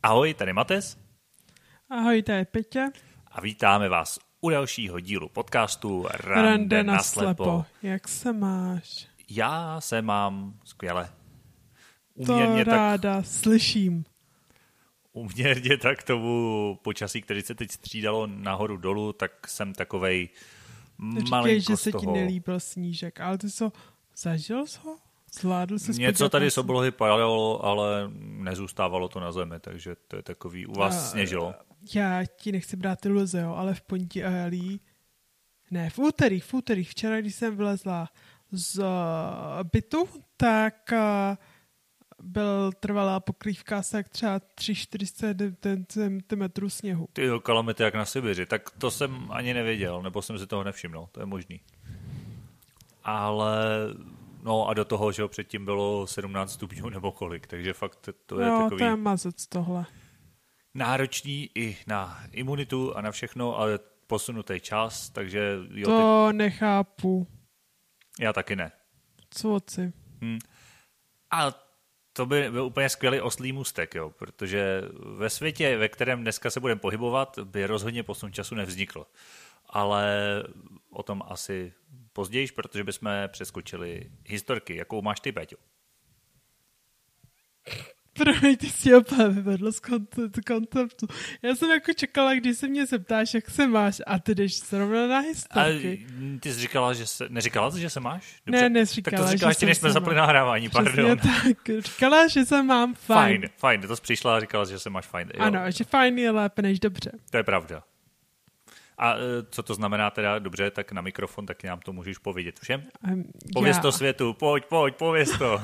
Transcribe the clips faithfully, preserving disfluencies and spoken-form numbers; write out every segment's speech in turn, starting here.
Ahoj, tady Mates. Ahoj, tady Peťa. A vítáme vás u dalšího dílu podcastu Rande, Rande na na slepo. slepo. Jak se máš? Já se mám skvěle. To ráda tak, slyším. Uměrně tak tomu počasí, který se teď střídalo nahoru dolů, tak jsem takovej malinko Říkej, že z se toho... ti nelíbil snížek, ale ty jsi ho, zažil jsi ho? Zvládl jsi Něco tady z oblohy padalo, ale nezůstávalo to na zemi, takže to je takový, u vás a, sněžilo. Já ti nechci brát iluze, jo, ale v pondělí, ne, v úterý, v úterý, včera, když jsem vylezla z bytu, tak byl trvalá pokrývka asi jak třeba tři čtyři centimetrů sněhu. Ty jo, kalamity jak na Sibiři, tak to jsem ani nevěděl, nebo jsem si toho nevšiml, to je možný. Ale... No a do toho, že předtím bylo sedmnáct stupňů nebo kolik, takže fakt to je no, takový... to je mazec tohle. Náročný i na imunitu a na všechno, ale posunutý čas, takže... Jo, to teď... nechápu. Já taky ne. Co si? Hmm. A to by byl úplně skvělý oslý můstek, jo, protože ve světě, ve kterém dneska se budeme pohybovat, by rozhodně posun času nevznikl. Ale o tom asi později, protože bychom přeskočili historky. Jakou máš ty, Péťo? Promiň, ty jsi opět vyvedl z konceptu. Já jsem jako čekala, když se mě zeptáš, jak se máš, a ty jdeš zrovna na historky. A ty jsi říkala, že se... Neříkala jsi, že se máš? Dobře. Ne, neříkala, tak to říkala, ještě než jsme zapli nahrávání, pardon. tak. Říkala, že se mám fajn. Fajn, fajn. To jsi přišla a říkala, že se máš fajn. Jo. Ano, že fajn je lépe než dobře. To je pravda. A co to znamená teda dobře, tak na mikrofon, tak nám to můžeš povědět všem. Um, pověz já... to světu, pojď, pojď, pověz to.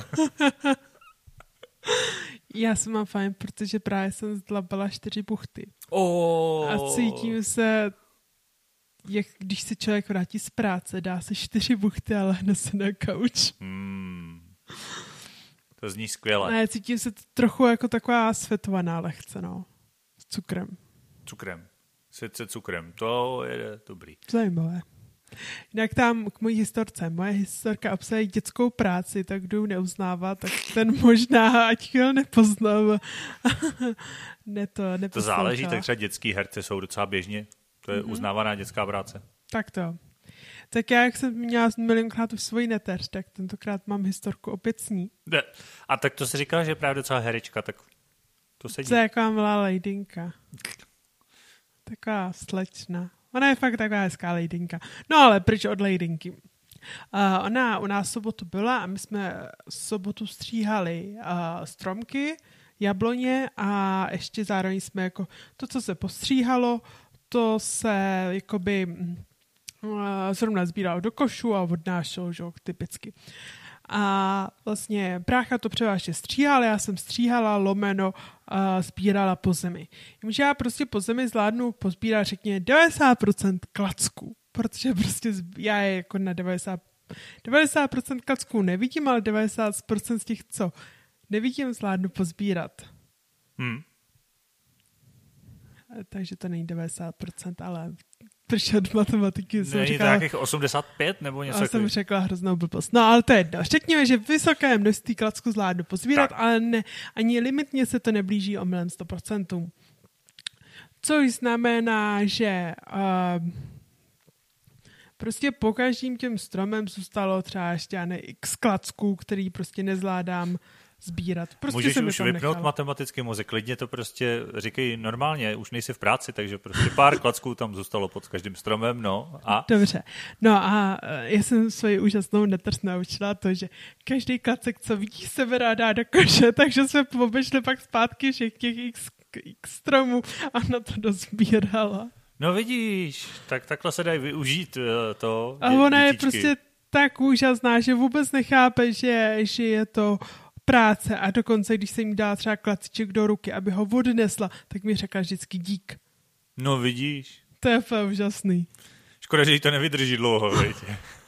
Já jsem mám fajn, protože právě jsem zdlabala čtyři buchty. Oh. A cítím se, jak když se člověk vrátí z práce, dá se čtyři buchty a lehne se na kauč. Hmm. To zní skvěle. Ne, cítím se trochu jako taková světovaná lehce, no. S cukrem. Cukrem. Světce cukrem, to je dobrý. Zajímavé. Jinak tam k mojí historce. Moje historka obsahuje dětskou práci, tak kdo ji neuznává, tak ten možná, ať chvíli nepoznám. ne to, to záleží, tak třeba dětský herce jsou docela běžně. To je mm-hmm. uznávaná dětská práce. Tak to. Tak já, jak jsem měla milionkrát už svoji neteř, tak tentokrát mám historku opět s ní. Ne. A tak to si říkala, že je právě docela herečka, tak to sedí. To je taková malá lejdinka. Taková slečna. Ona je fakt taková hezká lejdinka. No ale pryč od lejdinky. Uh, ona u nás sobotu byla a my jsme sobotu stříhali uh, stromky, jabloně a ještě zároveň jsme jako to, co se postříhalo, to se jakoby uh, zrovna sbíralo do košu a odnášelo, že, typicky. A vlastně brácha to převážně stříhal, já jsem stříhala, lomeno, uh, sbírala po zemi. Jenže já prostě po zemi zvládnu pozbírat, řekně, devadesát procent klacků, protože prostě já je jako na devadesát procent, devadesát procent klacků nevidím, ale devadesát procent z těch, co nevidím, zvládnu pozbírat. Hmm. Takže to není devadesát procent, ale protože od matematiky jsem Není říkala... Není to nějakých osmdesát pět nebo něco? Já jsem řekla hroznou blbost. No ale to je jedno. Řekněme, že vysoké množství klacků zvládnu pozbírat, tak. Ale ne, ani limitně se to neblíží omylem sto procent. Což znamená, že uh, prostě po každým těm stromem zůstalo třeba ještě ne x klacků, který prostě nezvládám sbírat. Prostě můžeš už vypnout nechal. Matematický mozek, klidně to prostě říkej normálně, už nejsi v práci, takže prostě pár klacků tam zůstalo pod každým stromem, no a... Dobře, no a já jsem svoji úžasnou netrst naučila to, že každý klacek, co vidí, se dá dá do koše, takže jsme pobešli pak zpátky všech těch x, x stromů a na to dozbírala. No vidíš, tak takhle se dají využít to. A ona je prostě tak úžasná, že vůbec nechápe, že, že je to práce a dokonce, když jsem jí dala třeba klacíček do ruky, aby ho odnesla, tak mi řekla vždycky dík. No vidíš. To je fakt úžasný. Škoda, že jí to nevydrží dlouho, veď.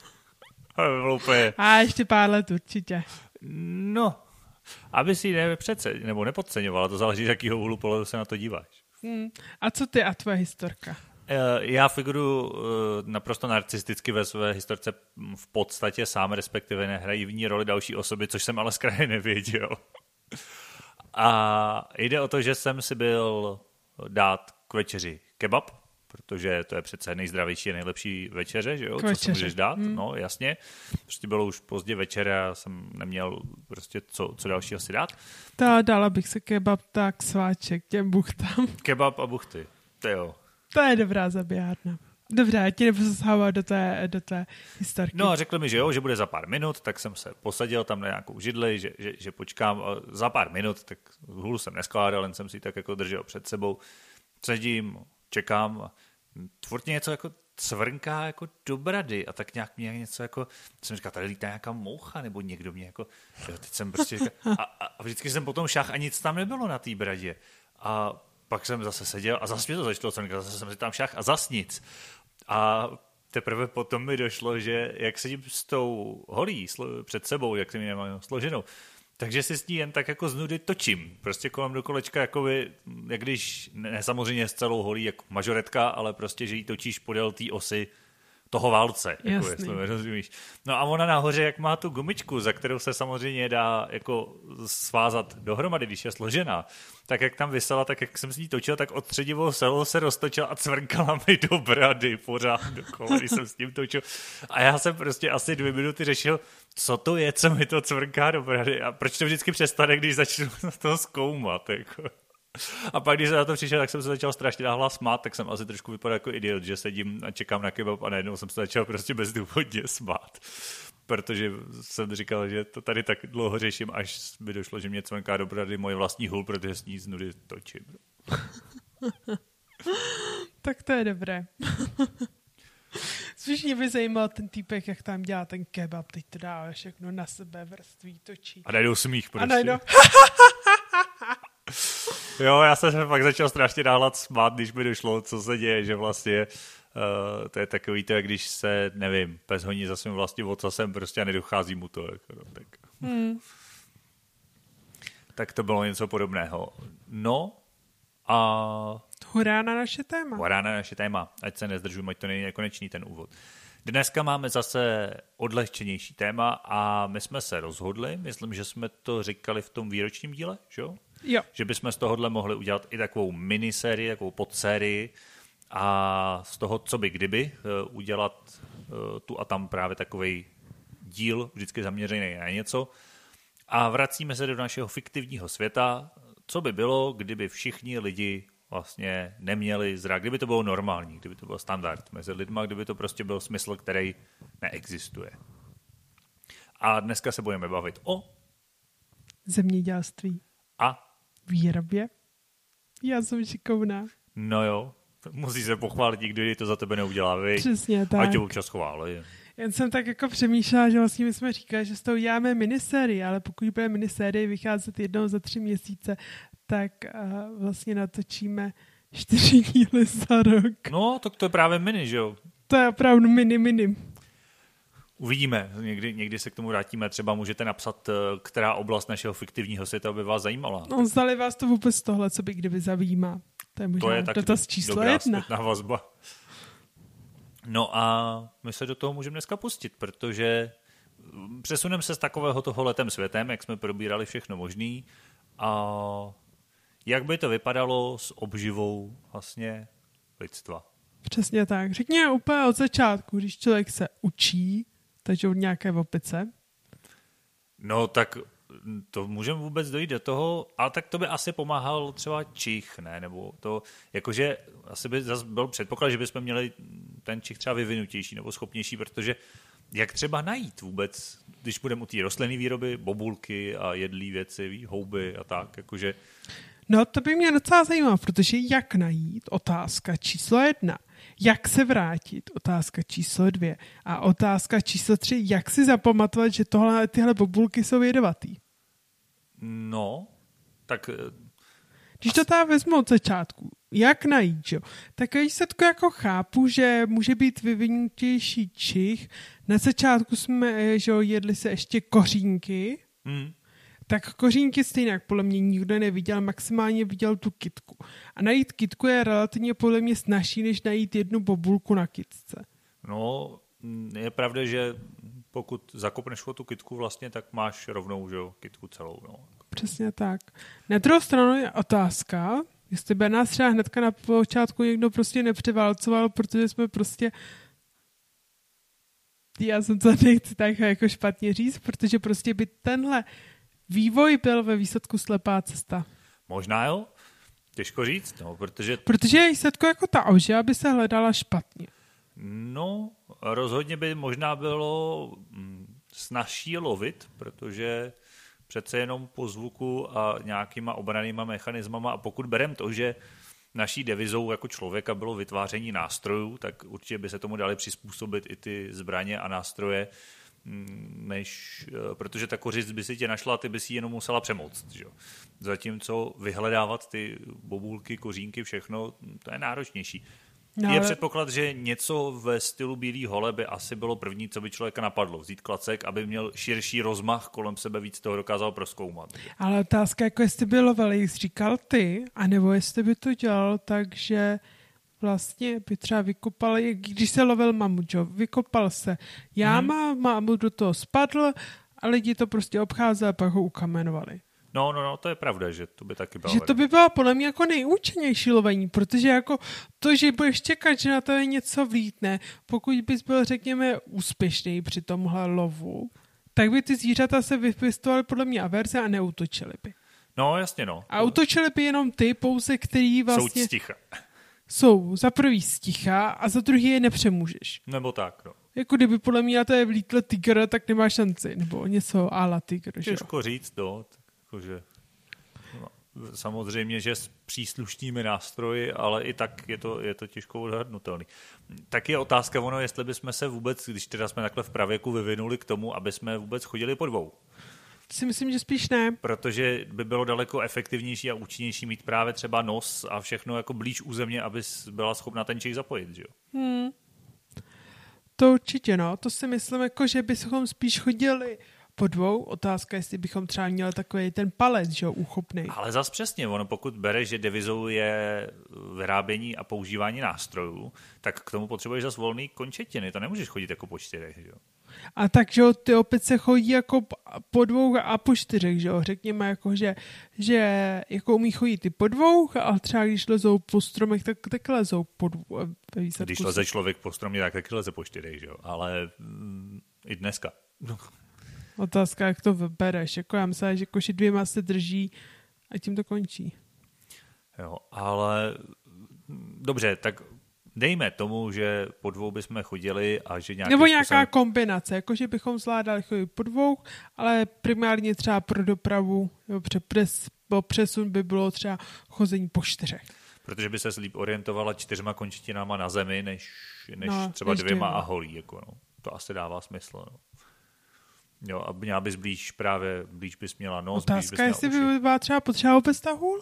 A ještě pár let určitě. No, aby si ji nepřece, nebo nepodceňovala, to záleží, z jakýho úhlu pohledu se na to díváš. Hmm. A co ty a tvoje historka? Já figuruji naprosto narcisticky ve své historce v podstatě sám, respektive nehrají v ní roli další osoby, což jsem ale z kraje nevěděl. A jde o to, že jsem si byl dát k večeři kebab, protože to je přece nejzdravější a nejlepší večeře, že jo? Co si můžeš dát, hmm. no jasně. Prostě bylo už pozdě večer a jsem neměl prostě co, co dalšího si dát. Ta, dala bych si kebab tak sváček těm buchtám. Kebab a buchty, to jo. To je dobrá zabijárna. Dobrá, já ti nebudu zasávat do té, do té historky. No a řekli mi, že jo, že bude za pár minut, tak jsem se posadil tam na nějakou židli, že, že, že počkám za pár minut, tak hůl jsem neskládal, jen jsem si tak jako držel před sebou. Sedím, čekám a furt něco jako cvrnká jako do brady a tak nějak mě něco jako, jsem říkal, tady lítá nějaká moucha nebo někdo mě jako, jo, teď jsem prostě říkal, a, a vždycky jsem potom šáhl a nic tam nebylo na té bradě. A pak jsem zase seděl a zase mě to začalo cvrnkat, zase jsem si tam šáhl a zas nic. A teprve potom mi došlo, že jak sedím s tou holí před sebou, jak jsem ji nemám složenou, takže si s ní jen tak jako z nudy točím. Prostě kolem do kolečka, jakoby, jak když, ne samozřejmě s celou holí, jako mažoretka, ale prostě, že ji točíš podél té osy toho válce, jako jestli mi rozumíš. No a ona nahoře, jak má tu gumičku, za kterou se samozřejmě dá jako svázat dohromady, když je složená, tak jak tam vysela, tak jak jsem s ní točil, tak od středivou selou se roztočila a cvrnkala mi do brady pořád dokola, když jsem s tím točil. A já jsem prostě asi dvě minuty řešil, co to je, co mi to cvrnká do brady a proč to vždycky přestane, když začnu na to zkoumat, jako. A pak, když jsem na to přišel, tak jsem se začal strašně nahlas smát, tak jsem asi trošku vypadal jako idiot, že sedím a čekám na kebab a najednou jsem se začal prostě bezdůvodně smát. Protože jsem říkal, že to tady tak dlouho řeším, až by došlo, že mě cvrnká do brady moje vlastní hůl, protože s ní z nudy točím. Tak to je dobré. Spíš mě by zajímal ten týpek, jak tam dělá ten kebab, teď to dá všechno na sebe, vrství, točí. A najdou smích prostě. A najdou... Jo, já jsem se pak začal strašně nahlas smát, když mi došlo, co se děje, že vlastně uh, to je takový to, jak když se, nevím, pes honí za svým vlastním ocasem prostě a nedochází mu to. Jako, no, tak. Hmm. Tak to bylo něco podobného. No a... Hurá na naše téma. Hurá na naše téma, ať se nezdržujeme, ať to není nekonečný ten úvod. Dneska máme zase odlehčenější téma a my jsme se rozhodli, myslím, že jsme to říkali v tom výročním díle, že jo? Jo. Že bychom z tohohle mohli udělat i takovou minisérii, takovou podsérii a z toho, co by kdyby, udělat tu a tam právě takovej díl, vždycky zaměřený na něco. A vracíme se do našeho fiktivního světa, co by bylo, kdyby všichni lidi vlastně neměli zrak, kdyby to bylo normální, kdyby to byl standard mezi lidma, kdyby to prostě byl smysl, který neexistuje. A dneska se budeme bavit o zemědělství a výrobě. Já jsem šikovná. No jo, musí se pochválit, nikdo to za tebe neudělá, vy. Přesně tak. Ať tě občas chválí. Jen jsem tak jako přemýšlela, že vlastně my jsme říkali, že z toho uděláme minisérii, ale pokud bude minisérie vycházet jednou za tři měsíce, tak uh, vlastně natočíme čtyři díly za rok. No, tak to je právě mini, že jo? To je opravdu mini, mini. Uvidíme, někdy, někdy se k tomu vrátíme, třeba můžete napsat, která oblast našeho fiktivního světa by vás zajímala. No, zdali vás to vůbec tohle, co by kdyby zajímá. To je možná to je dotaz číslo dobrá jedna. Dobrá vazba. No a my se do toho můžeme dneska pustit, protože přesuneme se z takového toho letem světem, jak jsme probírali všechno možný a jak by to vypadalo s obživou vlastně lidstva. Přesně tak. Řekněme úplně od začátku, když člověk se učí, takže od nějaké opice. No tak to můžeme vůbec dojít do toho, ale tak to by asi pomáhal třeba čich, ne? Nebo to, jakože asi by zase byl předpoklad, že bychom měli ten čich třeba vyvinutější nebo schopnější, protože jak třeba najít vůbec, když budeme u té rostlinné výroby, bobulky a jedlý věci, houby a tak, jakože... No to by mě docela zajímalo, protože jak najít, otázka číslo jedna. Jak se vrátit, otázka číslo dvě. A otázka číslo tři, jak si zapamatovat, že tohle, tyhle bobulky jsou jedovatý. No, tak... Když to tady vezmu od začátku, jak najít, jo? Tak když se to jako chápu, že může být vyvinutější čich, na začátku jsme, že jo, jedli se ještě kořínky, mm. tak kořínky stejně, jak podle mě nikdo neviděl, maximálně viděl tu kytku. A najít kytku je relativně podle mě snazší, než najít jednu bobulku na kytce. No, je pravda, že pokud zakopneš tu kytku vlastně, tak máš rovnou, že jo, kytku celou, no. Přesně tak. Na druhou stranu je otázka, jestli by nás třeba hnedka na počátku někdo prostě nepřeválcoval, protože jsme prostě já jsem to nechci tak jako špatně říct, protože prostě by tenhle vývoj byl ve výsledku slepá cesta. Možná jo, těžko říct, no, protože... Protože výsledku jako ta ožia by se hledala špatně. No, rozhodně by možná bylo snazší lovit, protože přece jenom po zvuku a nějakýma obranýma mechanismama a pokud berem to, že naší devizou jako člověka bylo vytváření nástrojů, tak určitě by se tomu dali přizpůsobit i ty zbraně a nástroje, než, protože ta kořist by si tě našla a ty by si jenom musela přemoct. Že? Zatímco vyhledávat ty bobůlky, kořínky, všechno, to je náročnější. No, je ale... předpoklad, že něco ve stylu Bílý hole by asi bylo první, co by člověka napadlo. Vzít klacek, aby měl širší rozmach kolem sebe, víc toho dokázal prozkoumat. Ale otázka, jako jestli by lovil, jak jsi říkal ty, anebo jestli by to dělal tak, že vlastně by třeba vykopal, když se lovil mamut, jo, vykopal se jáma, hmm. mamut do toho spadl a lidi to prostě obcházeli a pak ho ukamenovali. No, no, no, to je pravda, že to by taky bylo. Že to by bylo podle mě jako nejúčinnější lovení, protože jako to, že budeš čekat, že na to je něco vlítne, pokud bys byl, řekněme, úspěšný při tomhle lovu, tak by ty zvířata se vypěstovaly podle mě averze a neútočily by. No, jasně, no. A útočily by jenom ty pouze, který vlastně... Jsou sticha. Jsou za prvý sticha a za druhý je nepřemůžeš. Nebo tak, no. Jako kdyby podle mě na to je vlítl tygr, tak nemáš šanci. Nebo něco ála tygr, že jo? Těžko říct, no. Jakože, no, samozřejmě, že s příslušnými nástroji, ale i tak je to, je to těžko odhadnutelný. Tak je otázka ono, jestli bychom se vůbec, když teda jsme takhle v pravěku vyvinuli k tomu, aby jsme vůbec chodili po dvou. Si myslím, že spíš ne. Protože by bylo daleko efektivnější a účinnější mít právě třeba nos a všechno jako blíž u země, aby byla schopna ten čich zapojit, že jo? Hmm. To určitě, no. To si myslím, jako, že bychom spíš chodili po dvou. Otázka, jestli bychom třeba měli takový ten palec, že jo, úchopný. Ale zas přesně, ono pokud bere, že devizou je vyrábění a používání nástrojů, tak k tomu potřebuješ zas volný končetiny. To nemůžeš chodit jako po čtyřech, že jo? A takže ty opice chodí jako po dvou a po čtyřech, že jo? Řekněme, jako, že, že jako umí chodit i po dvou, ale třeba když lezou po stromech, tak taky lezou po dvou. Když leze člověk po stromě, tak taky leze po čtyřech, že jo? Ale mm, i dneska. Otázka, jak to vybereš. Jako já myslím, že koši dvěma se drží a tím to končí. Jo, ale dobře, tak dejme tomu, že po dvou bychom chodili a že nějaký nebo nějaká způsobem... kombinace, jakože bychom zvládali chodit po dvou, ale primárně třeba pro dopravu, jo, přes, přesun by bylo třeba chození po čtyřech. Protože by se líp orientovala čtyřma končetinama na zemi, než, než no, třeba než dvěma dvěma. a holí. Jako no. To asi dává smysl. No. Jo, a měla bys blíž právě, blíž bys měla nos, otázka, blíž bys měla jestli uši. by byla třeba potřeba vůbec ta hůl?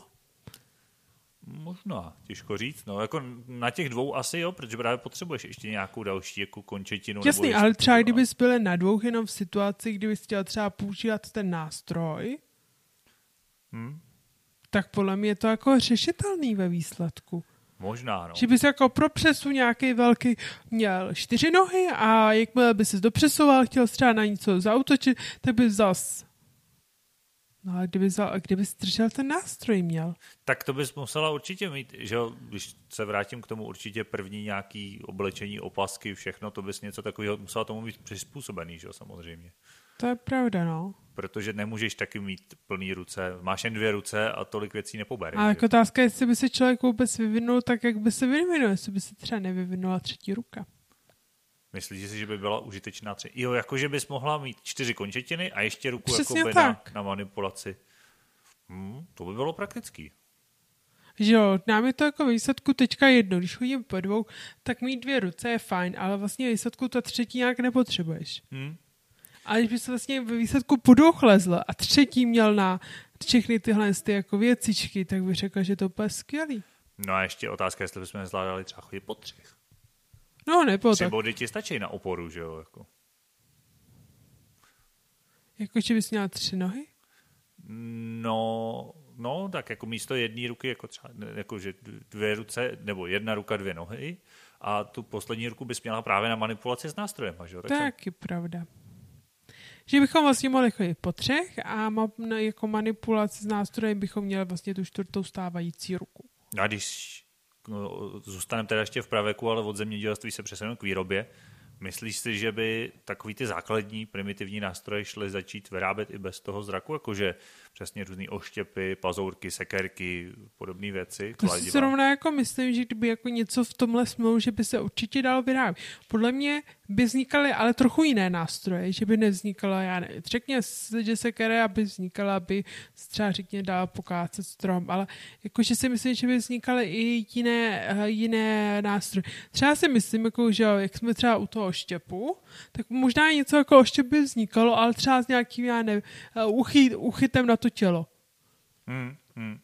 Možná, těžko říct. No, jako na těch dvou asi jo, protože právě potřebuješ ještě nějakou další jako končetinu. Jasný, nebo ale třeba kdybys byl na dvou jenom v situaci, kdybys chtěl třeba používat ten nástroj, hmm? tak podle mě je to jako řešitelný ve výsledku. Možná, no. Že bys jako pro přesu nějaký velký měl čtyři nohy a jakmile by ses dopřesoval, chtěl třeba na něco zaútočit, tak bys zas. No a kdyby, za, kdyby držel ten nástroj měl. Tak to bys musela určitě mít, že když se vrátím k tomu, určitě první nějaký oblečení, opasky, všechno, to bys něco takového musela tomu mít přizpůsobený, že samozřejmě. To je pravda, no. Protože nemůžeš taky mít plný ruce, máš jen dvě ruce a tolik věcí nepobereš. A jako otázka, jestli by se člověk vůbec vyvinul tak, jak by se vyvinul, jestli by se třeba nevyvinula třetí ruka. Myslíš si, že by byla užitečná třetí? Jo, jakože bys mohla mít čtyři končetiny a ještě ruku přesně jako na, na manipulaci. Hmm, to by bylo praktický. Že jo, nám je to jako výsledku teďka jedno. Když chodím po dvou, tak mít dvě ruce je fajn, ale vlastně výsledku ta třetí nějak nepotřebuješ. Hmm. A když bys vlastně ve výsledku po dvou lezl a třetí měl na všechny tyhle ty jako věcičky, tak bych řekl, že to bude skvělý. No a ještě otázka, jestli bychom nezvládali třeba chodit po třech. No, nebo Tři tak. body ti stačí na oporu, že jo? Jako. Jako, že bys měla tři nohy? No, no, tak jako místo jedné ruky, jako třeba, jako že dvě ruce, nebo jedna ruka, dvě nohy a tu poslední ruku bys měla právě na manipulaci s nástrojem, že jo? Tak je pravda. Že bychom vlastně mohli chodit po třech a ma, jako manipulaci s nástrojem bychom měli vlastně tu čtvrtou stávající ruku. A když no, zůstaneme teda ještě v pravěku, ale od zemědělství se přesuneme k výrobě, myslíš si, že by takový ty základní primitivní nástroje šly začít vyrábět i bez toho zraku? Jakože přesně různý oštěpy, pazourky, sekerky, podobné věci? To si zrovna jako myslím, že kdyby jako něco v tomhle smlouvu, že by se určitě dalo vyrábět. Podle mě by vznikaly ale trochu jiné nástroje, že by nevznikala, já nevím, řekně, že sekere, aby vznikala, aby třeba řekně dala pokácet strom, ale jakože si myslím, že by vznikaly i jiné, jiné nástroje. Třeba si myslím, jako, že jak jsme třeba u toho oštěpu, tak možná něco jako oštěp by vznikalo, ale třeba s nějakým, já nevím, uchy, uchytem na to tělo. Hmm, hmm.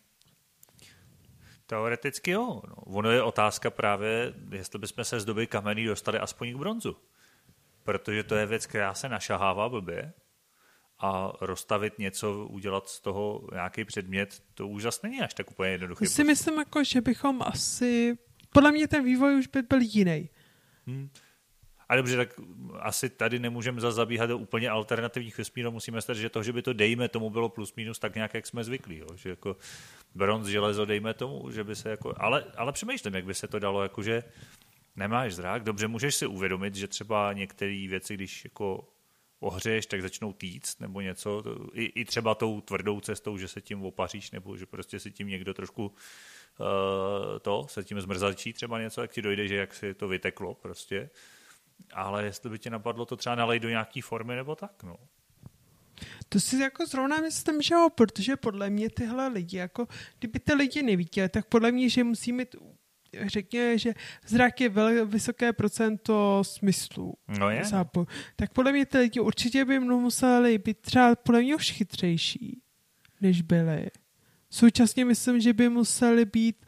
Teoreticky jo. No. Ono je otázka právě, jestli bychom se z doby kamenný dostali aspoň k bronzu. Protože to je věc, která se našahává blbě a rozstavit něco, udělat z toho nějaký předmět, to už zase není až tak úplně jednoduché. Si myslím, jako, že bychom asi... Podle mě ten vývoj už by byl jiný. Hmm. A dobře, tak asi tady nemůžeme zase zabíhat do úplně alternativních vesmírů, musíme se že to, že by to dejme tomu bylo plus minus tak nějak, jak jsme zvyklí, jo? Že jako bronz, železo dejme tomu, že by se jako, ale, ale přemýšlím, jak by se to dalo, jakože nemáš zrak, dobře, můžeš si uvědomit, že třeba některé věci, když jako ohřeješ, tak začnou týct nebo něco, to, i, i třeba tou tvrdou cestou, že se tím opaříš, nebo že prostě si tím někdo trošku uh, to, se tím zmrzačí třeba něco, jak ti dojde, že jak si to vyteklo prostě. Ale jestli by tě napadlo to třeba nalej do nějaký formy nebo tak, no. To si jako zrovna myslím, že jo, protože podle mě tyhle lidi, jako kdyby ty lidi neviděli, tak podle mě, že musí mít, řekněme, že zrak je vel, vysoké procento smyslů. No je. Zápu. Tak podle mě ty lidi určitě by museli být třeba podle mě už chytřejší, než byli. Současně myslím, že by museli být,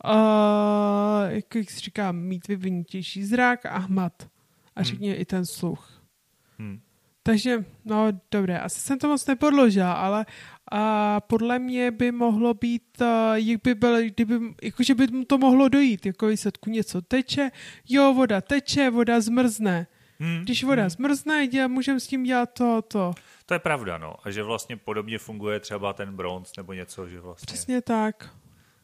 uh, jak se říká, mít vyvinutější zrak a hmat. A řekně hmm. i ten sluch. Hmm. Takže, no dobré, asi jsem to moc nepodložila, ale a podle mě by mohlo být, a, jak by bylo, kdyby, jakože by to mohlo dojít, jako výsledku něco teče, jo, voda teče, voda zmrzne. Hmm. Když voda hmm. zmrzne, děl, můžeme s tím dělat to, to. To je pravda, no. A že vlastně podobně funguje třeba ten bronz nebo něco, že vlastně... Přesně tak.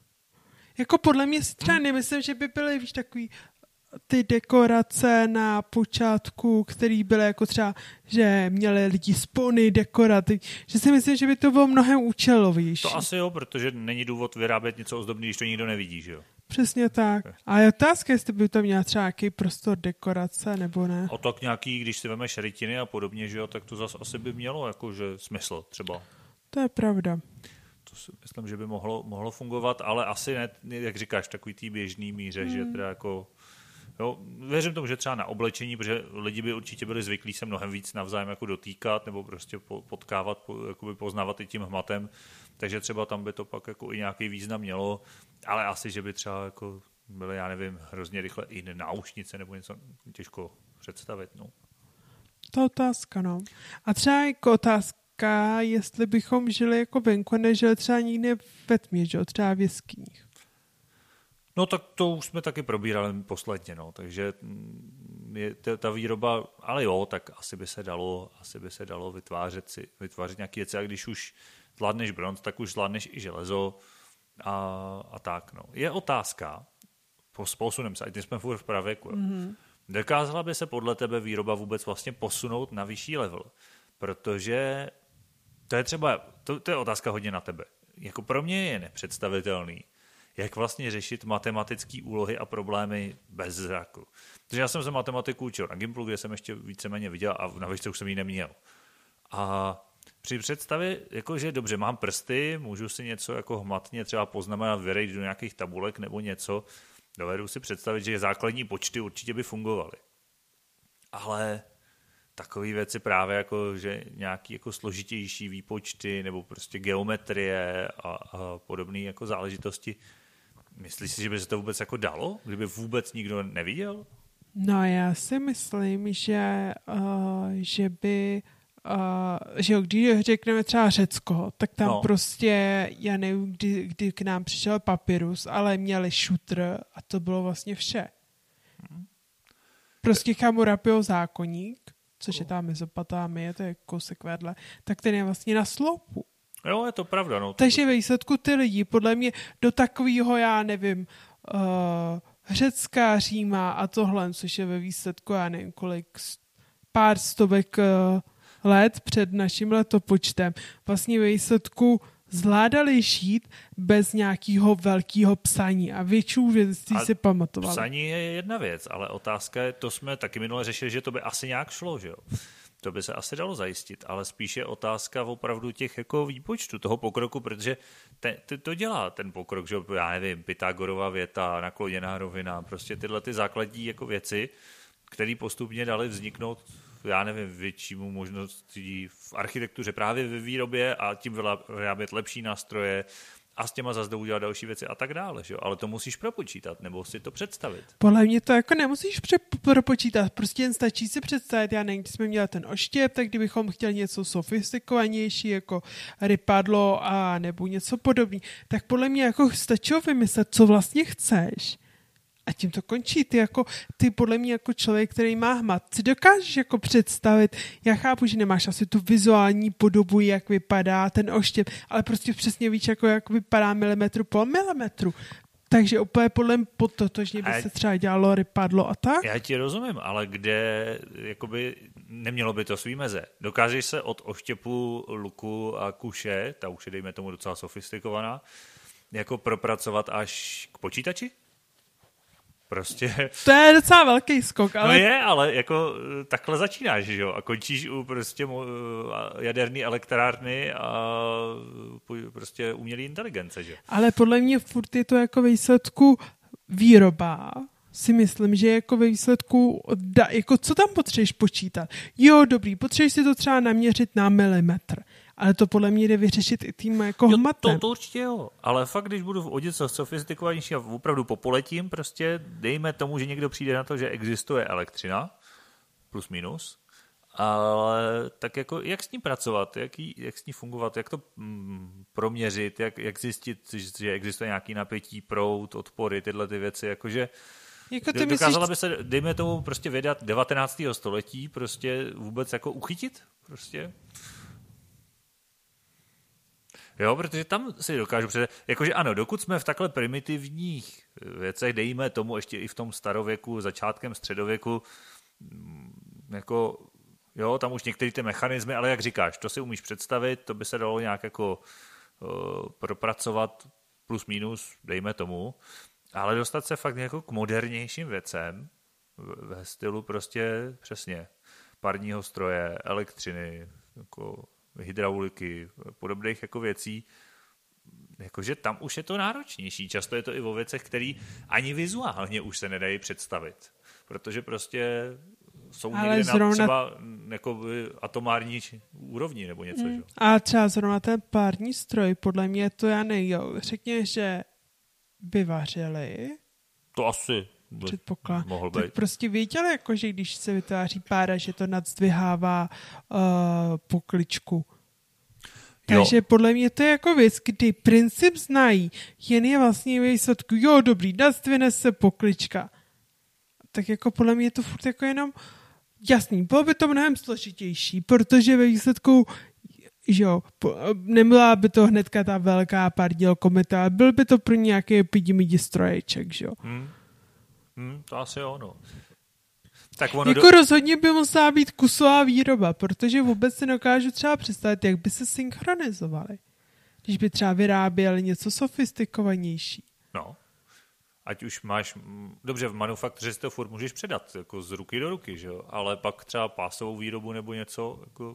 Jako podle mě si třeba hmm. nemyslím, že by byly, víš, takový ty dekorace na počátku, který byly jako třeba, že měli lidi spony, dekoraty, že si myslím, že by to bylo mnohem účelovější. To asi jo, protože není důvod vyrábět něco ozdobný, když to nikdo nevidí, že jo? Přesně tak. A je otázka, jestli by to měla třeba nějaký prostor dekorace, nebo ne. A tak nějaký, když si vemeš rytiny a podobně, že jo, tak to zase asi by mělo jakože smysl třeba. To je pravda. To si myslím, že by mohlo, mohlo fungovat, ale asi ne, jak říkáš, takový tý běžný míře, hmm. že teda jako... Jo, věřím tomu, že třeba na oblečení, protože lidi by určitě byli zvyklí se mnohem víc navzájem jako dotýkat nebo prostě potkávat, jakoby poznávat i tím hmatem, takže třeba tam by to pak jako i nějaký význam mělo, ale asi, že by třeba jako byly, já nevím, hrozně rychle i náušnice nebo něco těžko představit. No. To otázka, no. A třeba jako otázka, jestli bychom žili jako venku, nežili třeba nikde ve tmě, že? Třeba v jeskyních. No tak to už jsme taky probírali posledně, no, takže je ta výroba, ale jo, tak asi by se dalo, asi by se dalo vytvářet si, vytvářet nějaké věci, a když už zvládneš bronz, tak už zvládneš i železo a, a tak, no. Je otázka, posunem se, ať jsme furt v pravěku, mm-hmm. dokázala by se podle tebe výroba vůbec vlastně posunout na vyšší level, protože to je třeba, to, to je otázka hodně na tebe. Jako pro mě je nepředstavitelný, jak vlastně řešit matematické úlohy a problémy bez zraku. Takže já jsem se matematiku učil na Gimplu, kde jsem ještě víceméně viděl a na výšce už jsem ji neměl. A při představě, jakože dobře, mám prsty, můžu si něco jako hmatně třeba poznamenat, vyrejt do nějakých tabulek nebo něco, dovedu si představit, že základní počty určitě by fungovaly. Ale takové věci právě jako, že nějaký jako složitější výpočty nebo prostě geometrie a, a podobné jako záležitosti. Myslíš si, že by se to vůbec jako dalo, kdyby vůbec nikdo neviděl? No já si myslím, že, uh, že by, uh, že když řekneme třeba Řecko, tak tam no. prostě, já nevím, kdy, kdy k nám přišel papyrus, ale měli šutr a to bylo vlastně vše. Hmm. Prostě Hammurabiho zákoník. což je ta Mezopotámie, to je kousek vedle, tak ten je vlastně na sloupu. Jo, je to pravda. No. Takže ve výsledku ty lidi, podle mě, do takového, já nevím, uh, Řecká, Říma a tohle, což je ve výsledku, já nevím, kolik, pár stovek uh, let před naším letopočtem, vlastně ve výsledku zvládali žít bez nějakého velkého psaní a většinu věcí si pamatovali. Psaní je jedna věc, ale otázka je, to jsme taky minule řešili, že to by asi nějak šlo, že jo? To by se asi dalo zajistit, ale spíš je otázka opravdu těch jako výpočtu, toho pokroku, protože te, te, to dělá ten pokrok, že já nevím, Pythagorova věta, nakloněná rovina, prostě tyhle ty základní jako věci, které postupně daly vzniknout, já nevím, většímu možností v architektuře právě ve výrobě a tím vyrábět lepší nástroje a s těma zase udělat další věci a tak dále, že jo? Ale to musíš propočítat, nebo si to představit. Podle mě to jako nemusíš pře- propočítat, prostě jen stačí si představit, já nevím, když jsme měli ten oštěp, tak kdybychom chtěli něco sofistikovanější, jako rypadlo a nebo něco podobný, tak podle mě jako stačilo vymyslet, co vlastně chceš. A tím to končí. Ty, jako, ty podle mě jako člověk, který má hmat, si dokážeš jako představit, já chápu, že nemáš asi tu vizuální podobu, jak vypadá ten oštěp, ale prostě přesně víš, jako, jak vypadá milimetru po milimetru. Takže úplně podle mě podtotožně by se třeba dělalo rypadlo a tak. Já ti rozumím, ale kde jakoby nemělo by to svý meze. Dokážeš se od oštěpu, luku a kuše, ta už je dejme tomu docela sofistikovaná, jako propracovat až k počítači? Prostě... To je docela velký skok, ale... No je, ale jako takhle začínáš, že jo? A končíš u prostě jaderné elektrárny a prostě umělé inteligence, že jo? Ale podle mě furt je to jako výsledku výroba. Si myslím, že jako ve výsledku, da, jako co tam potřebuješ počítat? Jo, dobrý, potřebuješ si to třeba naměřit na milimetr. Ale to podle mě jde vyřešit i tím jako jo, hmatem. To, to určitě jo, ale fakt, když budu o něco sofistikovanější a opravdu popoletím, prostě dejme tomu, že někdo přijde na to, že existuje elektřina, plus minus, ale tak jako jak s ní pracovat, jak, jí, jak s ní fungovat, jak to mm, proměřit, jak, jak zjistit, že existuje nějaký napětí, proud, odpory, tyhle ty věci, jakože jako ty dokázala myslíš... by se, dejme tomu, prostě vědat devatenáctého století, prostě vůbec jako uchytit, prostě... Jo, protože tam si dokážu představit, jakože ano, dokud jsme v takhle primitivních věcech, dejme tomu ještě i v tom starověku, začátkem středověku, jako, jo, tam už některé ty mechanismy, ale jak říkáš, to si umíš představit, to by se dalo nějak jako uh, propracovat plus minus, dejme tomu, ale dostat se fakt jako k modernějším věcem ve stylu prostě přesně parního stroje, elektřiny, jako hydrauliky, podobných jako věcí, jakože tam už je to náročnější. Často je to i o věcech, které ani vizuálně už se nedají představit. Protože prostě jsou ale někde zrovna... na třeba jako atomární úrovni nebo něco. Hmm. A třeba zrovna ten pární stroj, podle mě to já nejde. Řekněme, že by vařili. To asi předpoklad. Mohl tak být. prostě věděli, jako, že když se vytváří pára, že to nadzdvihává uh, pokličku. Takže jo. Podle mě to je jako věc, kdy princip znají, jen je vlastně výsledku, jo, dobrý, nadzdvihne se poklička. Tak jako podle mě je to furt jako jenom jasný, bylo by to mnohem složitější, protože ve výsledku že jo, nebyla by to hnedka ta velká parděl kometa, byl by to pro nějaký pidi stroječek, že jo. Hmm. Hmm, to asi jo, no. Tak ono jako do... rozhodně by musela být kusová výroba, protože vůbec si dokážu třeba představit, jak by se synchronizovali, když by třeba vyráběli něco sofistikovanější. No, ať už máš, dobře, v manufaktuře si to furt můžeš předat, jako z ruky do ruky, že jo, ale pak třeba pásovou výrobu nebo něco, jako,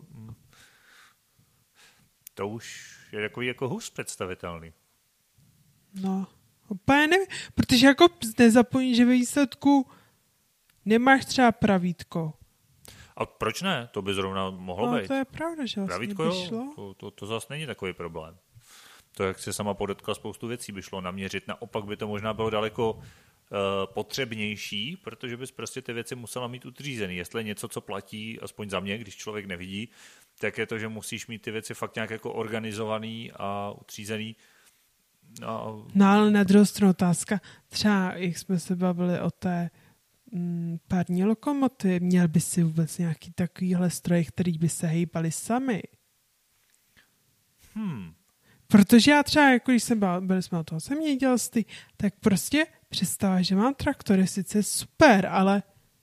to už je takový jako hůř představitelný. No, úplně nevím, protože jako nezapomíň, že ve výsledku nemáš třeba pravítko. A proč ne? To by zrovna mohlo no, být. To je pravda, že vlastně pravítko, by jo, šlo. To, to, to zase není takový problém. To, jak si sama podotkla, spoustu věcí by šlo naměřit. Naopak by to možná bylo daleko uh, potřebnější, protože bys prostě ty věci musela mít utřízený. Jestli je něco, co platí, aspoň za mě, když člověk nevidí, tak je to, že musíš mít ty věci fakt nějak jako organizovaný a utřízený. No, no ale na druhou stranu otázka, třeba jak jsme se bavili o té mm, parní lokomotivy. Měl by si vůbec nějaký takovýhle stroje, který by se hejbaly sami. Hmm. Protože já třeba, jako když jsem byl, byli jsme o toho zemědělství, tak prostě představa, že mám traktor, je sice super, ale...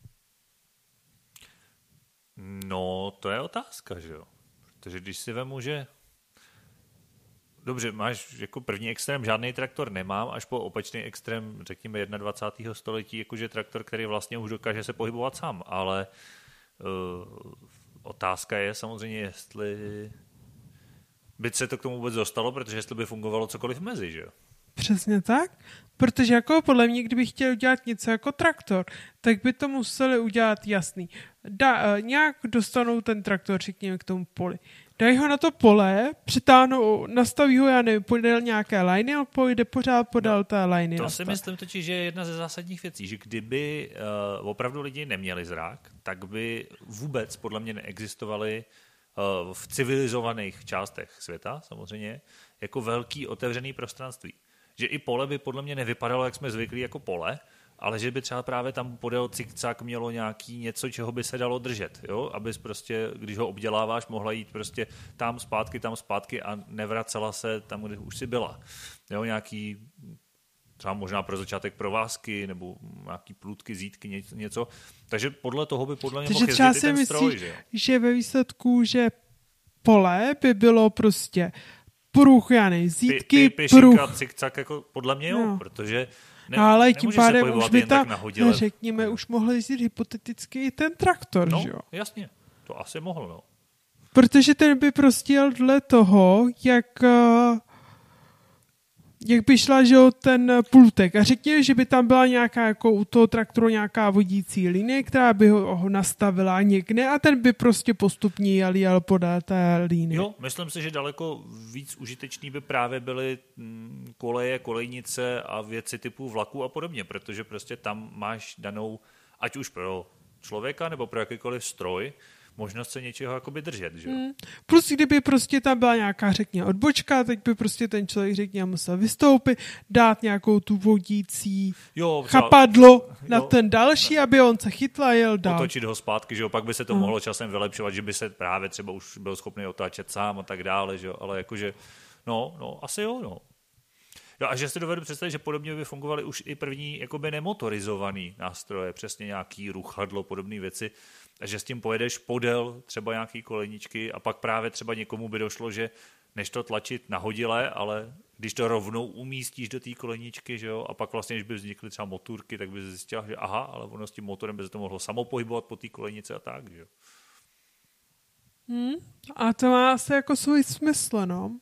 No, to je otázka, že jo? Protože když si vemu, že... Dobře, máš jako první extrém, žádný traktor nemám, až po opačný extrém, řekněme, dvacátého prvního století, jakože traktor, který vlastně už dokáže se pohybovat sám, ale uh, otázka je samozřejmě, jestli by se to k tomu vůbec dostalo, protože jestli by fungovalo cokoliv mezi, že jo? Přesně tak, protože jako podle mě, kdyby chtěl udělat něco jako traktor, tak by to museli udělat jasný. Da, nějak dostanou ten traktor, řekněme, k tomu poli. Dají ho na to pole, přitáhnou, nastaví ho, já nevím, podél nějaké liny a pojde pořád podél no, té liny. To nastav. si myslím totiž, že je jedna ze zásadních věcí, že kdyby uh, opravdu lidi neměli zrak, tak by vůbec podle mě neexistovaly uh, v civilizovaných částech světa, samozřejmě, jako velký otevřený prostranství. Že i pole by podle mě nevypadalo, jak jsme zvyklí jako pole, ale že by třeba právě tam podél cikcak mělo nějaký něco, čeho by se dalo držet, jo? Abys prostě, když ho obděláváš, mohla jít prostě tam zpátky, tam zpátky a nevracela se tam, kde už si byla. Jo? Nějaký třeba možná pro začátek provázky nebo nějaký plůtky, zítky, něco. Takže podle toho by podle mě mohl jezdit i ten myslíš, stroj. Že, že ve výsledku, že pole by bylo prostě pruh, já nej, zítky, Pě, pruh. Cikcak, jako podle mě jo, no. protože ne, no, ale tím pádem už by tam, nahodile. řekněme, už mohl jezdit hypoteticky i ten traktor, no, že jo? jasně, to asi mohl, no. Protože ten by prostě jel dle toho, jak, jak by šla, že jo, ten pultek. A řekněme, že by tam byla nějaká, jako u toho traktoru nějaká vodící linie, která by ho, ho nastavila někde a ten by prostě postupně jel, jel podél té linie. Jo, myslím si, že daleko víc užitečný by právě byly koleje, kolejnice a věci typu vlaku a podobně, protože prostě tam máš danou, ať už pro člověka nebo pro jakýkoliv stroj, možnost se něčeho jakoby držet, že jo? Hmm. Plus kdyby prostě tam byla nějaká, řekně, odbočka, teď by prostě ten člověk, řekně, musel vystoupit, dát nějakou tu vodící jo, chapadlo jo. na ten další, aby on se chytl a jel dál. Otočit ho zpátky, že jo? Pak by se to hmm. mohlo časem vylepšovat, že by se právě třeba už byl schopný otáčet sám a tak dále, že jo? Ale jakože, no, no, asi jo, no. Jo, a že si dovedu představit, že podobně by fungovaly už i první jakoby nemotorizovaný nástroje, přesně nějaký ruchadlo, podobné věci, a že s tím pojedeš podél třeba nějaký kolejničky a pak právě třeba někomu by došlo, že než to tlačit nahodile, ale když to rovnou umístíš do té kolejničky, že jo, a pak vlastně, když by vznikly třeba motorky, tak by zjistila, že aha, ale ono s tím motorem by se to mohlo samopohybovat po té kolejnici a tak, že jo. Hmm, a to má asi jako svůj smysl, no.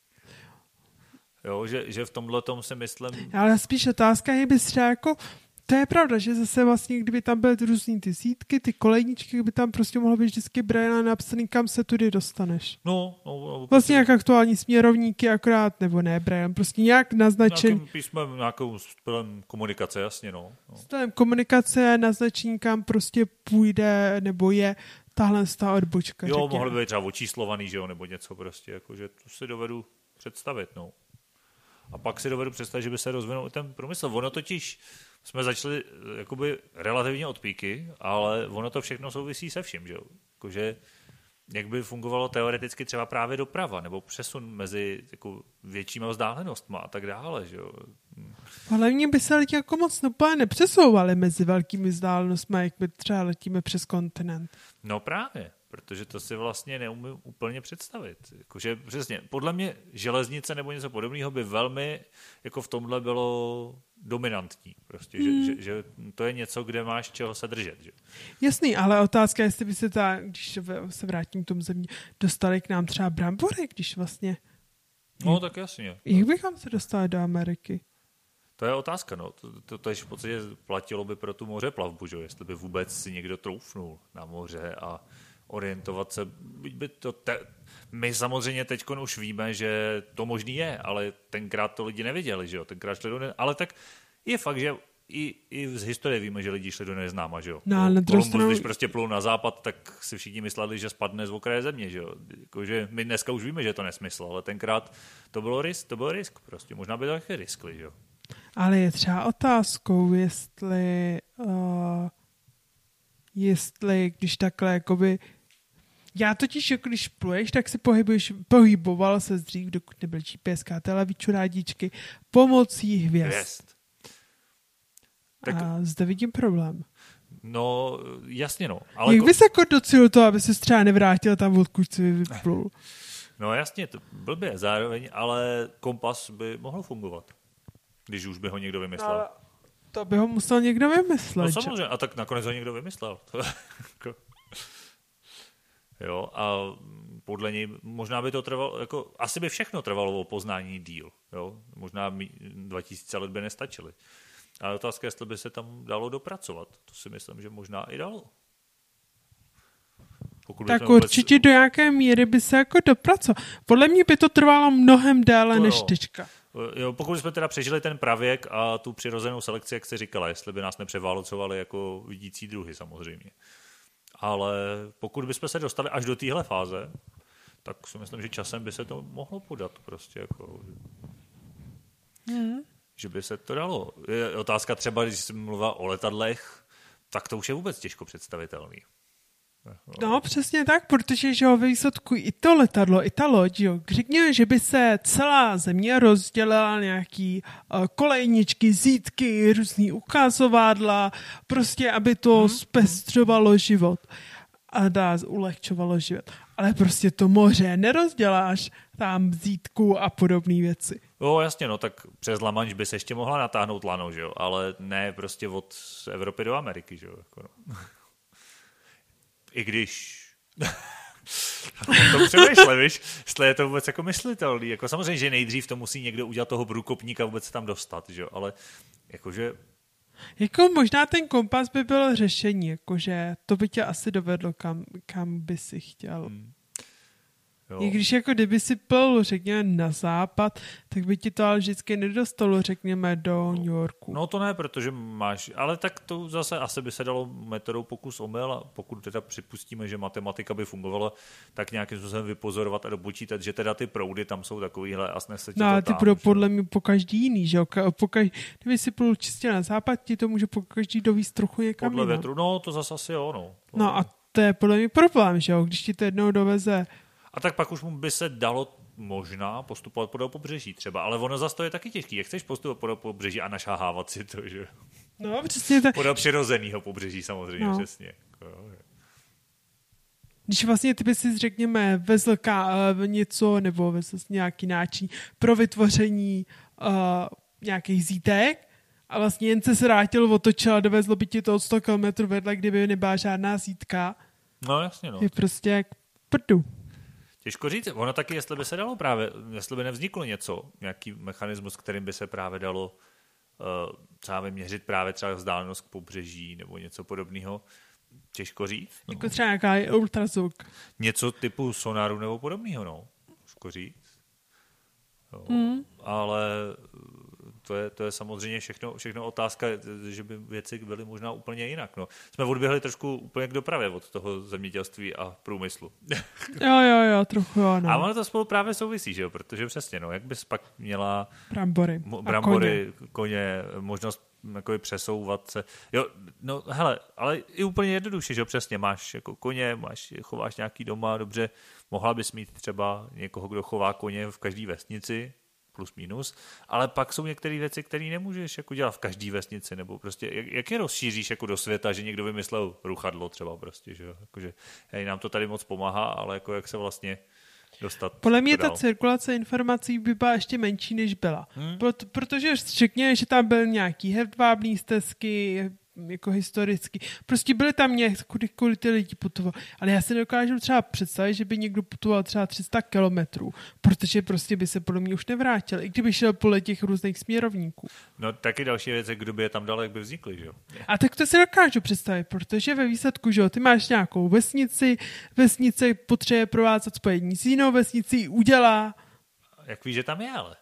Jo, že, že v tomhle tom si myslím... Ale spíš otázka je, bys třeba jako... To je pravda, že zase vlastně, kdyby tam byly různý ty sítky, ty kolejničky, kdyby tam prostě mohlo být vždycky Brian napsaný, kam se tudy dostaneš. No, no, no vlastně jak aktuální směrovníky akorát, nebo ne, Brian, prostě nějak naznačen... Nějakým písmem, nějakou stylem komunikace, jasně, no. no. Stylem komunikace, naznačení, kam prostě půjde, nebo je tahle ta odbočka. Jo, řekněme. mohlo by být třeba očíslovaný, že jo, nebo něco prostě, jakože to si dovedu představit, no. A pak si dovedu představit, že by se rozvinul i ten průmysl. Ono totiž, jsme začali jakoby relativně od píky, ale ono to všechno souvisí se vším, že jo. Jakože jak by fungovalo teoreticky třeba právě doprava, nebo přesun mezi jako většíma vzdálenostma a tak dále, že jo. Ale mě by se lidi jako moc úplně nepřesouvali mezi velkými vzdálenostmi, jak by třeba letíme přes kontinent. No právě, protože to si vlastně neumím úplně představit. Jakože přesně, podle mě železnice nebo něco podobného by velmi jako v tomhle bylo dominantní. Prostě, hmm. že, že, že to je něco, kde máš čeho se držet. Že? Jasný, ale otázka, jestli by se ta, když se vrátím k tomu země, dostali k nám třeba brambory, když vlastně... No tak jasně. Jak bychom se dostali do Ameriky? To je otázka, no. To, to, to je v podstatě platilo by pro tu mořeplavbu, že? Jestli by vůbec si někdo troufnul na moře a orientovat se. By to te... My samozřejmě teď už víme, že to možný je, ale tenkrát to lidi neviděli, že jo. Tenkrát šli do ne... Ale tak je fakt, že i, i z historie víme, že lidi šli do neznáma, že jo. No, ale Kolumbus, stranu... když prostě plul na západ, tak si všichni mysleli, že spadne z okraje země, že jo. Jakože my dneska už víme, že je to nesmysl, ale tenkrát to bylo risk, to byl risk prostě. Možná by to taky riskli, že jo. Ale je třeba otázkou, jestli, uh, jestli když takhle jakoby, já totiž, jako když pluješ, tak si pohybuješ, pohyboval se dřív, dokud nebyl G P S, televiču rádičky, pomocí hvězd. Hvězd. Tak... A zde vidím problém. No, jasně no. Ale jak bys jako docílil to, aby se třeba nevrátil tam, odkud si vyplul? No jasně, to blbě zároveň, ale kompas by mohl fungovat, když už by ho někdo vymyslel. Ale to by ho musel někdo vymyslet. No samozřejmě, a tak nakonec ho někdo vymyslel. Jo, a podle něj možná by to trvalo, jako, asi by všechno trvalo o poznání díl. Jo? Možná dva tisíce let by nestačily. Ale otázka, jestli by se tam dalo dopracovat. To si myslím, že možná i dalo. Pokud tak určitě vůbec... do jaké míry by se jako dopracoval. Podle mě by to trvalo mnohem déle to než jo. teďka. Jo, pokud jsme teda přežili ten pravěk a tu přirozenou selekci, jak jsi říkala, jestli by nás nepřeválcovali jako vidící druhy samozřejmě. Ale pokud bychom se dostali až do téhle fáze, tak si myslím, že časem by se to mohlo podat prostě jako... Mm. Že by se to dalo. Je otázka třeba, když jsem mluvil o letadlech, tak to už je vůbec těžko představitelný. No, přesně tak, protože že ve výsledku i to letadlo, i ta loď, jo, řekněme, že by se celá země rozdělila nějaký uh, kolejničky, zítky, různý ukazovádla, prostě, aby to hmm. zpestřovalo život a dá, ulehčovalo život. Ale prostě to moře nerozděláš tam zítku a podobné věci. Jo, jasně, no tak přes La Manche by se ještě mohla natáhnout lano, že jo, ale ne prostě od Evropy do Ameriky, že jo, jako no. I když... to přemýšlím, víš, jestli je to vůbec jako myslitelný. Jako samozřejmě, že nejdřív to musí někdo udělat toho průkopníka vůbec se tam dostat, že jo, ale jakože... Jako možná ten kompas by bylo řešení, jakože to by tě asi dovedlo, kam, kam by si chtěl. Hmm. Jo. I když jako kdyby si plul, řekněme, na západ, tak by ti to ale vždycky nedostalo, řekněme, do New Yorku. No to ne, protože máš, ale tak to zase asi by se dalo metodou pokus omyl, a pokud teda připustíme, že matematika by fungovala, tak nějakým způsobem vypozorovat a dopočítat, že teda ty proudy tam jsou takovýhle a snese ti no, to tam. No ty budou podle mě po každý jiný, že jo? Po každý, kdyby si plul čistě na západ, ti to může po každý dovízt trochu někam podle větru, no to zase asi jo, no. To no a to je podle mě problém, že jo? Když ti to jednou doveze. A tak pak už by se dalo možná postupovat podél pobřeží třeba, ale ono zase to je taky těžký. Jak chceš postupovat podél pobřeží a našáhávat si to, že? No, přesně tak. Podél přirozenýho pobřeží samozřejmě, no. Přesně. Když vlastně ty by si, řekněme, vezl ká, něco nebo vezl nějaký náčiní pro vytvoření uh, nějakých zítek a vlastně jen se vrátil, otočil a dovezlo by ti to od sto kilometrů vedle, kdyby nebyla žádná zítka. No jasně, no. Je prostě jak prdu. Těžko říct, ono taky, jestli by se dalo právě, jestli by nevzniklo něco, nějaký mechanismus, kterým by se právě dalo uh, třeba vyměřit právě třeba vzdálenost k pobřeží nebo něco podobného, těžko říct. No. Jako třeba nějaká ultrazvuk. Něco typu sonáru nebo podobného, no. Těžko říct. Jo. Mm. Ale to je, to je samozřejmě všechno, všechno otázka, že by věci byly možná úplně jinak. No. Jsme odběhli trošku úplně k dopravě od toho zemědělství a průmyslu. Jo, jo, jo, trochu jo, no. A ono to spolu právě souvisí, že jo, protože přesně, no, jak bys pak měla brambory, mo- brambory koně. koně, možnost jako přesouvat se. Jo, no hele, ale i úplně jednoduše, že jo, přesně, máš jako koně, máš, chováš nějaký doma, dobře, mohla bys mít třeba někoho, kdo chová koně v každé vesnici, plus minus, ale pak jsou některé věci, které nemůžeš jako dělat v každé vesnici, nebo prostě, jak, jak je rozšíříš jako do světa, že někdo vymyslel ruchadlo třeba prostě, že jo, jakože, hej, nám to tady moc pomáhá, ale jako jak se vlastně dostat. Podle mě ta cirkulace informací by byla ještě menší, než byla. Hmm. Proto, protože řekněme, že tam byl nějaký hedvábný stezky, jako historicky. Prostě byly tam nějak, kudy, kudy ty lidi putovali. Ale já si nedokážu třeba představit, že by někdo putoval třeba tři sta kilometrů, protože prostě by se podle mě už nevrátil, i kdyby šel podle těch různých směrovníků. No taky další věc, kdo by je tam dal, jak by vznikly, že jo? A tak to si dokážu představit, protože ve výsledku, že jo, ty máš nějakou vesnici, vesnice potřebuje provázat spojení s jinou vesnicí, udělá. Jak víš, že tam je, ale?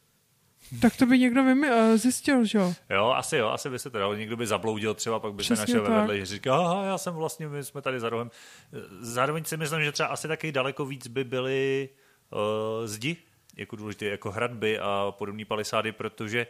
Tak to by někdo vymi- zjistil, že jo? Jo, asi jo, asi by se to dalo. Někdo by zabloudil třeba, pak by přesně se našel ve vedle, že říká, aha, já jsem vlastně, my jsme tady za rohem. Zároveň si myslím, že třeba asi taky daleko víc by byly uh, zdi, jako důležité, jako hradby a podobné palisády, protože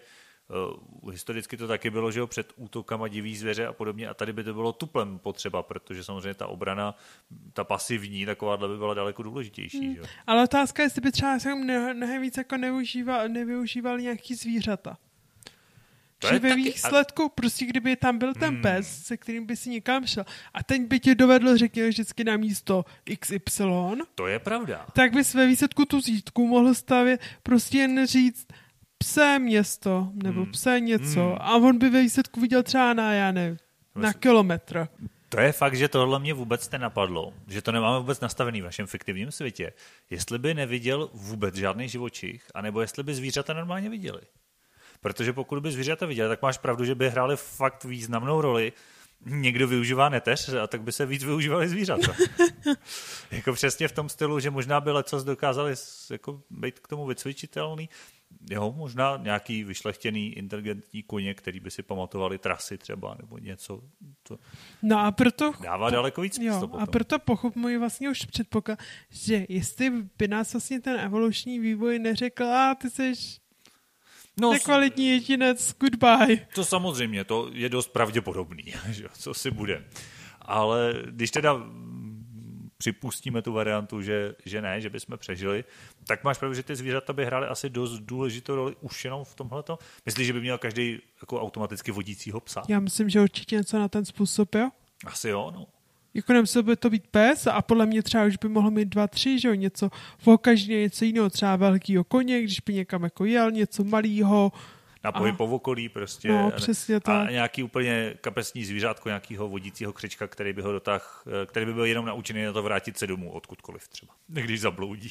Uh, historicky to taky bylo, že jo, před útokama divý zvěře a podobně a tady by to bylo tuplem potřeba, protože samozřejmě ta obrana, ta pasivní, takováhle by byla daleko důležitější. Hmm. Že jo? Ale otázka je, jestli by třeba mnohem víc jako nevyužíval, nevyužíval nějaký zvířata. Že ve výsledku, prostě kdyby tam byl ten hmm. pes, se kterým by si někam šel a ten by tě dovedl, řekněme, vždycky na místo iks ypsilon. To je pravda. Tak bys ve výsledku tu zítku mohl stavět prostě jen říct psé město, nebo hmm. psé něco hmm. a on by ve výsledku viděl třeba na, já nevím, na kilometr. To je fakt, že tohle mě vůbec nenapadlo, že to nemáme vůbec nastavený v našem fiktivním světě. Jestli by neviděl vůbec žádný živočich, anebo jestli by zvířata normálně viděli. Protože pokud by zvířata viděli, tak máš pravdu, že by hráli fakt významnou roli. Někdo využívá neteř a tak by se víc využívali zvířata. Jako přesně v tom stylu, že možná by lecos dokázali jako být k tomu vycvičitelný. Jo, možná nějaký vyšlechtěný, inteligentní koně, který by si pamatovali trasy třeba, nebo něco. To no a proto dává daleko víc smysl. A proto pochop můj vlastně už předpoklad, že jestli by nás vlastně ten evoluční vývoj neřekl, a ty seš no, nekvalitní jedinec, goodbye. To samozřejmě, to je dost pravděpodobný, že? Co si bude. Ale když teda připustíme tu variantu, že, že ne, že bychom přežili, tak máš pravdu, že ty zvířata by hrály asi dost důležitou roli už jenom v tomhletom. Myslíš, že by měl každý jako automaticky vodícího psa? Já myslím, že určitě něco na ten způsob, jo? Asi jo, no. Jako nemusel by to být pes a podle mě třeba už by mohl mít dva, tři, že jo, něco pokaždé, něco jiného, třeba velkýho koně, když by někam jako jel, něco malýho. Na pohyb po okolí prostě. No, přesně tak. A nějaký úplně kapesní zvířátko, nějakýho vodícího křečka, který by ho dotáh, který by byl jenom naučený na to vrátit se domů odkudkoliv třeba, když zabloudí.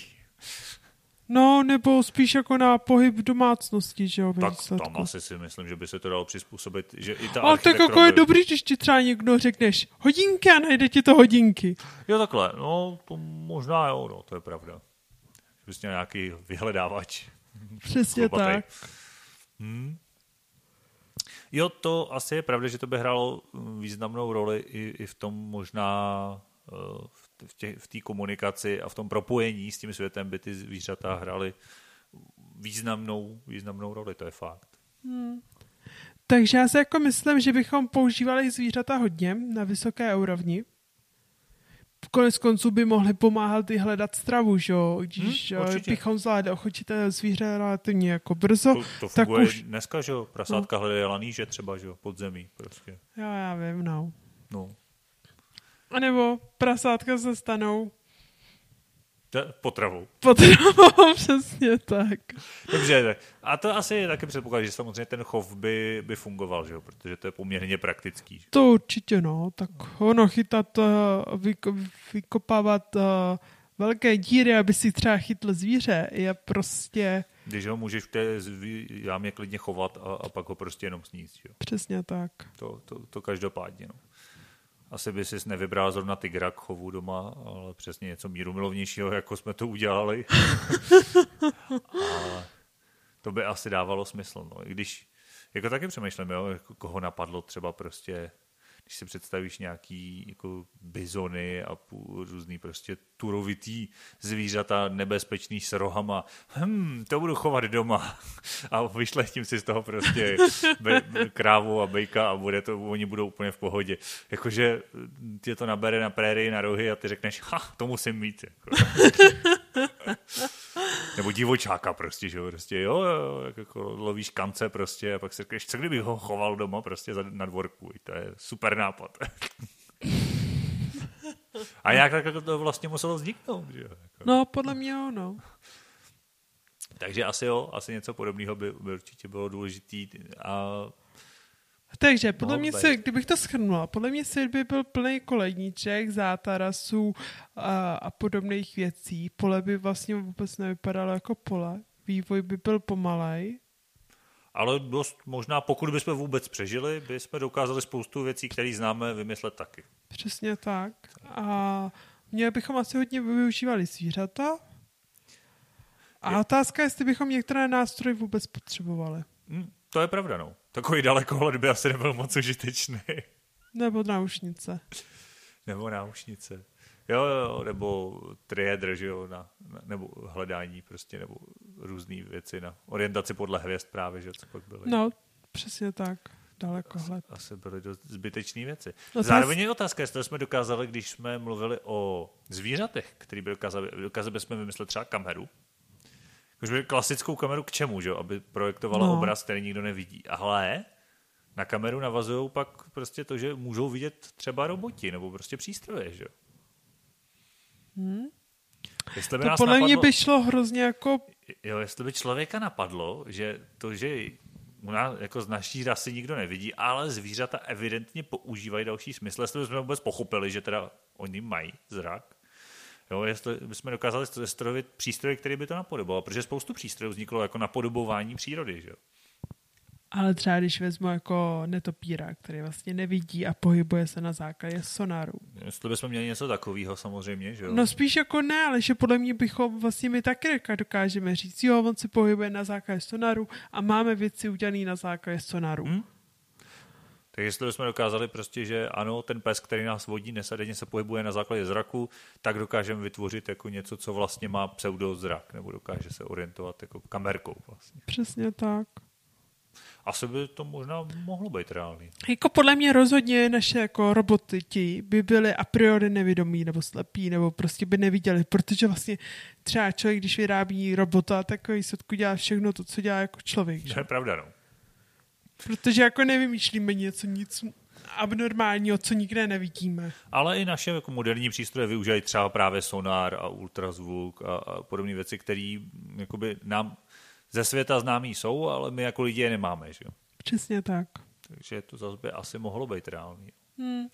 No, nebo spíš jako na pohyb v domácnosti, že jo, tak výsledku. Tam asi si myslím, že by se to dalo přizpůsobit, že i ta ale tak jako by... je dobrý, když ti třeba někdo řekneš hodinky a najde ti to hodinky. Jo, takhle, no, to možná jo, no, to je pravda. Že bys měl nějaký vyhledávač. Přesně tak. Hmm. Jo, to asi je pravda, že to by hrálo významnou roli i, i v tom možná v té v té komunikaci a v tom propojení s tím světem by ty zvířata hrály významnou, významnou roli, to je fakt. Hmm. Takže já si jako myslím, že bychom používali zvířata hodně na vysoké úrovni. Konec konců by mohli pomáhat i hledat stravu, že jo? Když hmm, bychom zvládli ochotité zvíře relativně jako brzo. To, to funguje tak už... dneska, že jo? Prasátka no. hledají laníže třeba, že jo? Pod zemí prostě. Jo, já vím, no. No. A nebo prasátka se stanou potravou. Potravou, přesně tak. Dobře, a to asi je taky předpoklad, že samozřejmě ten chov by, by fungoval, že jo? Protože to je poměrně praktický. Že? To určitě, no. Tak ono chytat, vyko, vykopávat uh, velké díry, aby si třeba chytl zvíře, je prostě... Když ho můžeš v té jámě klidně chovat a, a pak ho prostě jenom sníst, jo? Přesně tak. To, to, to každopádně, no. Asi by si nevybral zrovna tygra k chovu doma, ale přesně něco mírumilovnějšího, jako jsme to udělali. A to by asi dávalo smysl. No. I když, jako taky přemýšlím, jo, jako koho napadlo třeba prostě, když si představíš nějaký jako bizony a půl, různý prostě turovitý zvířata nebezpečný s rohama. Hm, to budu chovat doma. A vyšlechtím si z toho prostě be, krávu a bejka a bude to, oni budou úplně v pohodě. Jakože tě to nabere na prérii, na rohy a ty řekneš, ha, to musím mít. Jako. Nebo divočáka prostě, že jo, prostě, jo, jo, jako lovíš kance prostě a pak si řekneš, co kdybych ho choval doma prostě na dvorku, to je super nápad. A nějak tak to vlastně muselo vzniknout, že jo. Jako. No, podle mě jo, no. Takže asi jo, asi něco podobného by, by určitě bylo důležitý a takže podle mě se, kdybych to shrnula, podle mě svět by byl plný koledníček, zátarasů a, a podobných věcí. Pole by vlastně vůbec nevypadalo jako pole. Vývoj by byl pomalej. Ale dost možná, pokud bychom vůbec přežili, bychom dokázali spoustu věcí, které známe, vymyslet taky. Přesně tak. A měli bychom asi hodně využívali zvířata. A je. Otázka je, jestli bychom některé nástroje vůbec potřebovali. Hmm, to je pravda, no. Takový dalekohled by asi nebyl moc užitečný. Nebo náušnice. Nebo náušnice. Jo, jo, nebo triedr, že jo, na, na, nebo hledání prostě, nebo různé věci na orientaci podle hvězd právě, že co pak byly. No, Přesně tak. Dalekohled. Asi, asi byly dost zbytečné věci. No Zároveň je otázka, jestli jsme dokázali, když jsme mluvili o zvířatech, který by dokázali, dokázali bychom vymyslet třeba kameru. Jakože klasickou kameru k čemu, že? Aby projektovala no. obraz, který nikdo nevidí. Ale na kameru navazují pak prostě to, že můžou vidět třeba roboti nebo prostě přístroje, že? Hmm. Jestli by to nás podle napadlo, mě by šlo hrozně jako... Jo, jestli by člověka napadlo, že to, že u nás, jako z naší rasy nikdo nevidí, ale zvířata evidentně používají další smysl, jestli bychom vůbec pochopili, že teda oni mají zrak. Jo, jestli bychom dokázali zestrojit přístroje, který by to napodoboval, protože spoustu přístrojů vzniklo jako napodobování přírody, že jo. Ale třeba když vezmu jako netopíra, který vlastně nevidí a pohybuje se na základě sonaru. Jestli bychom měli něco takového samozřejmě, že jo. No spíš jako ne, ale že podle mě bychom vlastně my taky dokážeme říct, jo, on se pohybuje na základě sonaru a máme věci udělané na základě sonaru. Hmm? Tak jestli bychom dokázali prostě, že ano, ten pes, který nás vodí dnes a denně se pohybuje na základě zraku, tak dokážeme vytvořit jako něco, co vlastně má pseudozrak, nebo dokáže se orientovat jako kamerkou vlastně. Přesně tak. Asi by to možná mohlo být reálný. Jako podle mě rozhodně naše jako roboty ti by byly a priori nevědomí nebo slepí, nebo prostě by neviděli, protože vlastně třeba člověk, když vyrábí robota, takový výsledku dělá všechno to, co dělá jako člověk. To je pravda, no. Protože jako nevymýšlíme něco, nic abnormálního, co nikde nevidíme. Ale i naše jako moderní přístroje využívají třeba právě sonar a ultrazvuk a, a podobné věci, které jakoby nám ze světa známý jsou, ale my jako lidi je nemáme. Že? Přesně tak. Takže to zase by asi mohlo být reálný. Hmm.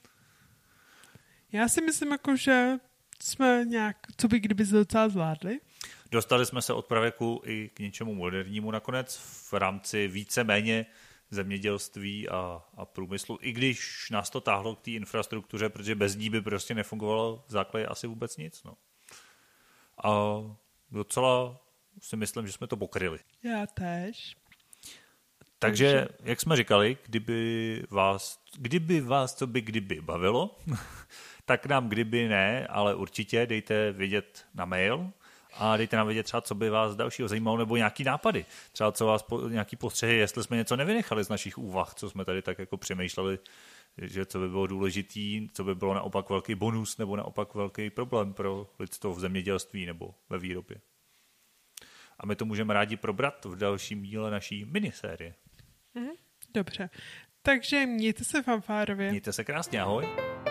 Já si myslím, jako, že jsme nějak, co by kdyby se docela zvládli. Dostali jsme se od pravěku i k něčemu modernímu nakonec v rámci víceméně zemědělství a, a průmyslu, i když nás to táhlo k té infrastruktuře, protože bez ní by prostě nefungovalo v základě asi vůbec nic. No. A docela si myslím, že jsme to pokryli. Já též. Takže, jak jsme říkali, kdyby vás, kdyby vás co by kdyby bavilo, tak nám kdyby ne, ale určitě dejte vědět na mail a dejte nám vědět třeba, co by vás dalšího zajímalo, nebo nějaký nápady. Třeba co vás, po, nějaký postřehy, jestli jsme něco nevynechali z našich úvah, co jsme tady tak jako přemýšleli, že co by bylo důležitý, co by bylo naopak velký bonus, nebo naopak velký problém pro lidstvo v zemědělství nebo ve výrobě. A my to můžeme rádi probrat v dalším díle naší minisérie. Dobře. Takže mějte se fanfárově. Mějte se krásně, ahoj.